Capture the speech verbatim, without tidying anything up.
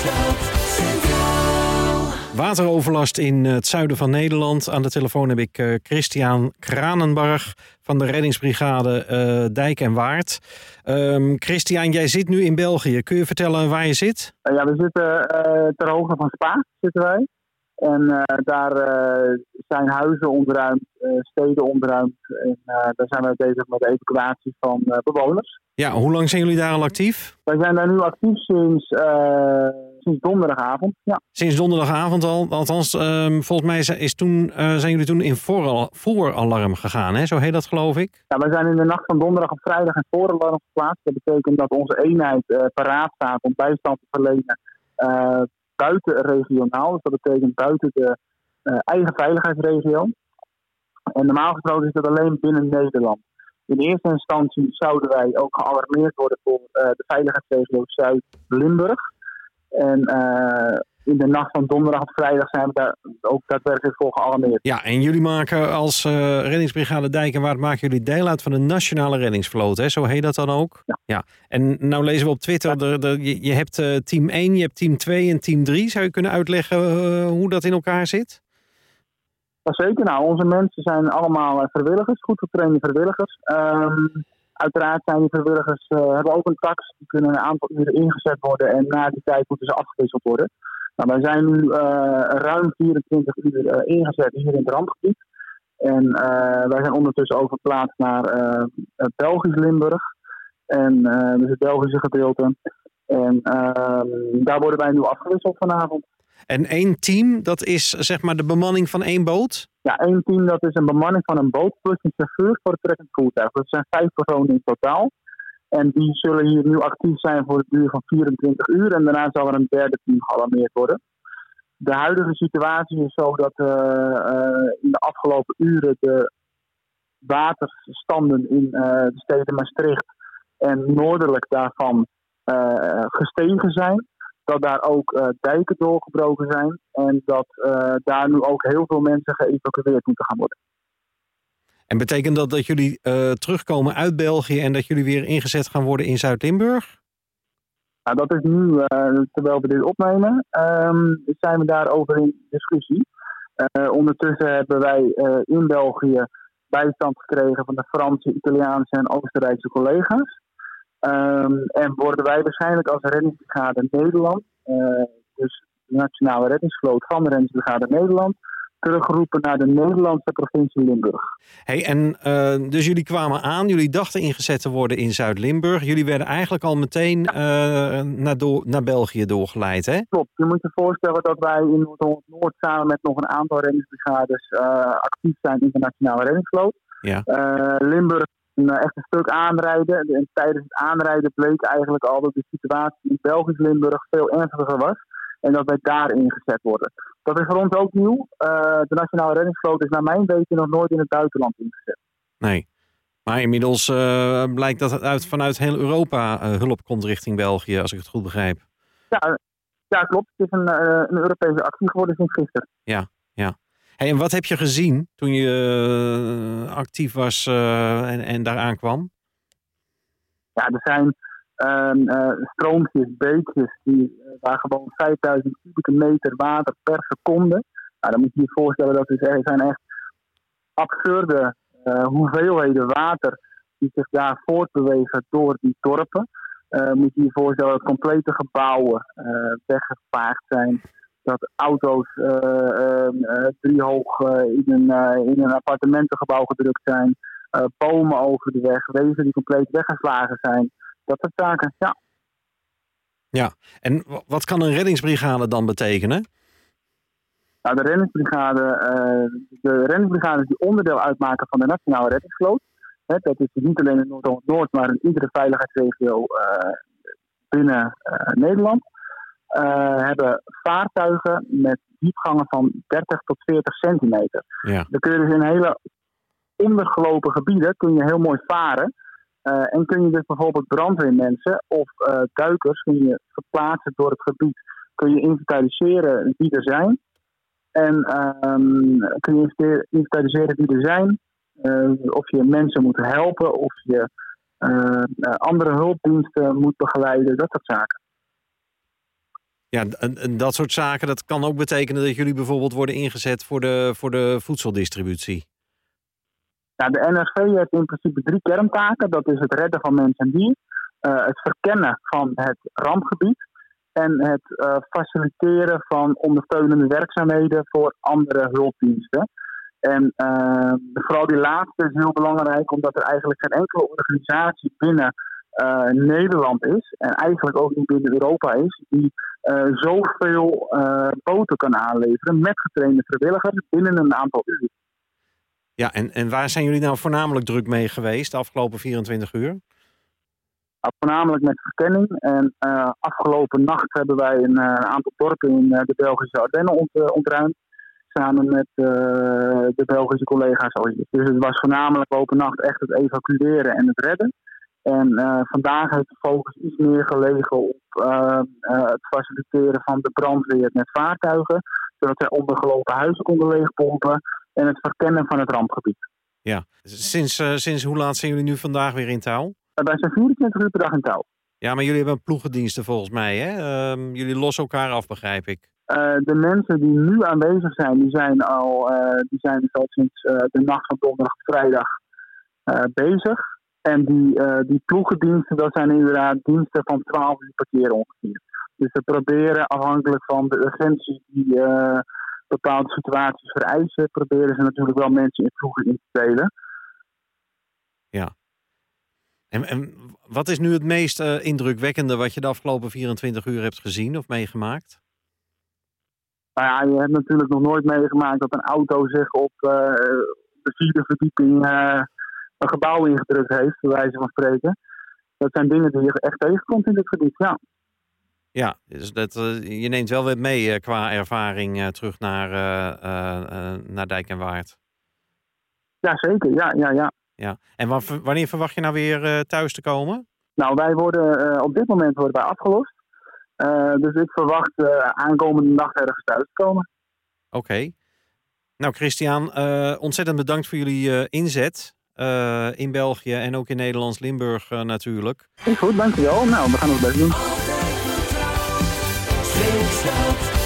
Wateroverlast in het zuiden van Nederland. Aan de telefoon heb ik uh, Christian Kranenbarg van de reddingsbrigade uh, Dijk en Waard. Um, Christian, jij zit nu in België. Kun je vertellen waar je zit? Uh, ja, we zitten uh, ter hoogte van Spa, zitten wij. En uh, daar uh, zijn huizen ontruimd, uh, steden ontruimd. En uh, daar zijn we bezig met de evacuatie van uh, bewoners. Ja, hoe lang zijn jullie daar al actief? Wij zijn daar nu actief sinds, uh, sinds donderdagavond. Ja. Sinds donderdagavond al. Althans, um, volgens mij is toen, uh, zijn jullie toen in vooral, voeralarm gegaan, hè? Zo heet dat, geloof ik? Ja, wij zijn in de nacht van donderdag op vrijdag in voeralarm geplaatst. Dat betekent dat onze eenheid uh, paraat staat om bijstand te verlenen uh, buiten regionaal. Dus dat betekent buiten de uh, eigen veiligheidsregio. En normaal gesproken is dat alleen binnen Nederland. In eerste instantie zouden wij ook gealarmeerd worden voor uh, de veiligheidsregio Zuid-Limburg. En uh, in de nacht van donderdag op vrijdag zijn we daar ook daadwerkelijk voor gealarmeerd. Ja, en jullie maken als uh, reddingsbrigade Dijk en Waard maken jullie deel uit van de Nationale Reddingsvloot, hè? Zo heet dat dan ook? Ja. Ja. En nou lezen we op Twitter, de, de, je, je hebt uh, team één, je hebt team twee en team drie. Zou je kunnen uitleggen uh, hoe dat in elkaar zit? Zeker, nou, onze mensen zijn allemaal vrijwilligers, goed getrainde vrijwilligers. Um, uiteraard zijn die vrijwilligers, uh, hebben ook een tax, die kunnen een aantal uren ingezet worden en na die tijd moeten ze afgewisseld worden. Nou, wij zijn nu uh, ruim vierentwintig uur uh, ingezet hier in het rampgebied. En uh, wij zijn ondertussen ook verplaatst naar uh, Belgisch Limburg. En uh, dus het Belgische gedeelte. En uh, daar worden wij nu afgewisseld vanavond. En één team, dat is zeg maar de bemanning van één boot? Ja, één team, dat is een bemanning van een boot plus een chauffeur voor het trekkend voertuig. Dat zijn vijf personen in totaal. En die zullen hier nu actief zijn voor de duur van vierentwintig uur. En daarna zal er een derde team gealarmeerd worden. De huidige situatie is zo dat uh, uh, in de afgelopen uren de waterstanden in uh, de steden Maastricht en noordelijk daarvan uh, gestegen zijn. Dat daar ook uh, dijken doorgebroken zijn. En dat uh, daar nu ook heel veel mensen geëvacueerd moeten gaan worden. En betekent dat dat jullie uh, terugkomen uit België en dat jullie weer ingezet gaan worden in Zuid-Limburg? Nou, dat is nu, uh, terwijl we dit opnemen, um, zijn we daarover in discussie. Uh, ondertussen hebben wij uh, in België bijstand gekregen van de Franse, Italiaanse en Oostenrijkse collega's. Um, en worden wij waarschijnlijk als reddingsbrigade Nederland, uh, dus de Nationale Reddingsvloot van de reddingsbrigade Nederland, teruggeroepen naar de Nederlandse provincie Limburg. Hey, en uh, dus jullie kwamen aan, jullie dachten ingezet te worden in Zuid-Limburg. Jullie werden eigenlijk al meteen uh, naar, do- naar België doorgeleid, hè? Klopt. Je moet je voorstellen dat wij in Noord-Noord samen met nog een aantal reddingsbrigades uh, actief zijn in de Nationale Reddingsvloot. Ja. Uh, Limburg een, echt een stuk aanrijden. En tijdens het aanrijden bleek eigenlijk al dat de situatie in Belgisch Limburg veel ernstiger was. En dat wij daar ingezet worden. Dat is voor ons ook nieuw. Uh, de Nationale Reddingsvloot is naar mijn weten nog nooit in het buitenland ingezet. Nee. Maar inmiddels uh, blijkt dat het uit, vanuit heel Europa uh, hulp komt richting België, als ik het goed begrijp. Ja, ja klopt. Het is een, uh, een Europese actie geworden sinds gisteren. Ja, ja. Hey, en wat heb je gezien toen je uh, actief was uh, en, en daar aankwam? Ja, er zijn uh, uh, stroompjes, beekjes, die, uh, waar gewoon vijfduizend kubieke meter water per seconde. Nou, dan moet je je voorstellen dat er zijn echt absurde uh, hoeveelheden water die zich daar voortbewegen door die dorpen. Uh, moet je je voorstellen dat complete gebouwen uh, weggevaagd zijn. Dat auto's uh, uh, uh, driehoog uh, in, een, uh, in een appartementengebouw gedrukt zijn. Uh, bomen over de weg, wegen die compleet weggeslagen zijn. Dat soort zaken, ja. Ja, en wat kan een reddingsbrigade dan betekenen? Nou, de reddingsbrigade, uh, de reddingsbrigades die onderdeel uitmaken van de Nationale Reddingsvloot. Hè, dat is niet alleen in Noord-Noord, maar in iedere veiligheidsregio uh, binnen uh, Nederland. Uh, hebben vaartuigen met diepgangen van dertig tot veertig centimeter. Ja. Dan kun je dus in hele ondergelopen gebieden kun je heel mooi varen. Uh, en kun je dus bijvoorbeeld brandweermensen of uh, duikers kun je verplaatsen door het gebied. Kun je inventariseren wie er zijn. En um, kun je inventariseren wie er zijn. Uh, of je mensen moet helpen. Of je uh, uh, andere hulpdiensten moet begeleiden. Dat soort zaken. Ja, en, en dat soort zaken, dat kan ook betekenen dat jullie bijvoorbeeld worden ingezet voor de, voor de voedseldistributie. Ja, de N R V heeft in principe drie kerntaken. Dat is het redden van mens en dier, uh, het verkennen van het rampgebied en het uh, faciliteren van ondersteunende werkzaamheden voor andere hulpdiensten. En uh, vooral die laatste is heel belangrijk, omdat er eigenlijk geen enkele organisatie binnen uh, Nederland is, en eigenlijk ook niet binnen Europa is, die uh, zoveel uh, boten kan aanleveren met getrainde vrijwilligers binnen een aantal uur. Ja, en, en waar zijn jullie nou voornamelijk druk mee geweest de afgelopen vierentwintig uur? Uh, voornamelijk met verkenning. En uh, afgelopen nacht hebben wij een, uh, een aantal dorpen in uh, de Belgische Ardennen ont, uh, ontruimd. Samen met uh, de Belgische collega's al hier. Dus het was voornamelijk open nacht echt het evacueren en het redden. En uh, vandaag heeft de focus iets meer gelegen op uh, uh, het faciliteren van de brandweer met vaartuigen. Zodat zij ondergelopen huizen konden leegpompen. En het verkennen van het rampgebied. Ja, sinds, uh, sinds hoe laat zijn jullie nu vandaag weer in touw? Uh, wij zijn vierentwintig uur per dag in touw. Ja, maar jullie hebben ploegendiensten volgens mij, hè? Uh, jullie lossen elkaar af, begrijp ik. Uh, de mensen die nu aanwezig zijn, die zijn al, uh, die zijn dus al sinds uh, de nacht van donderdag op vrijdag uh, bezig. En die, uh, die ploegendiensten, dat zijn inderdaad diensten van twaalf uur per keer ongeveer. Dus we proberen afhankelijk van de urgentie die uh, bepaalde situaties vereisen, proberen ze natuurlijk wel mensen in ploegen in te delen. Ja. En, en wat is nu het meest uh, indrukwekkende wat je de afgelopen vierentwintig uur hebt gezien of meegemaakt? Nou ja, je hebt natuurlijk nog nooit meegemaakt dat een auto zich op uh, de vierde verdieping uh, een gebouw ingedrukt heeft, bij wijze van spreken. Dat zijn dingen die je echt tegenkomt in dit gebied, ja. Ja, dus dat, uh, je neemt wel weer mee uh, qua ervaring uh, terug naar, uh, uh, uh, naar Dijk en Waard. Ja, zeker. Ja, ja, ja. Ja. En wa- wanneer verwacht je nou weer uh, thuis te komen? Nou, wij worden uh, op dit moment worden wij afgelost. Uh, dus ik verwacht uh, aankomende nacht ergens thuis te komen. Oké. Okay. Nou, Christian, uh, ontzettend bedankt voor jullie uh, inzet uh, in België en ook in Nederlands Limburg uh, natuurlijk. Is goed, dankjewel. Nou, we gaan ons best doen. Altijd vertrouwen,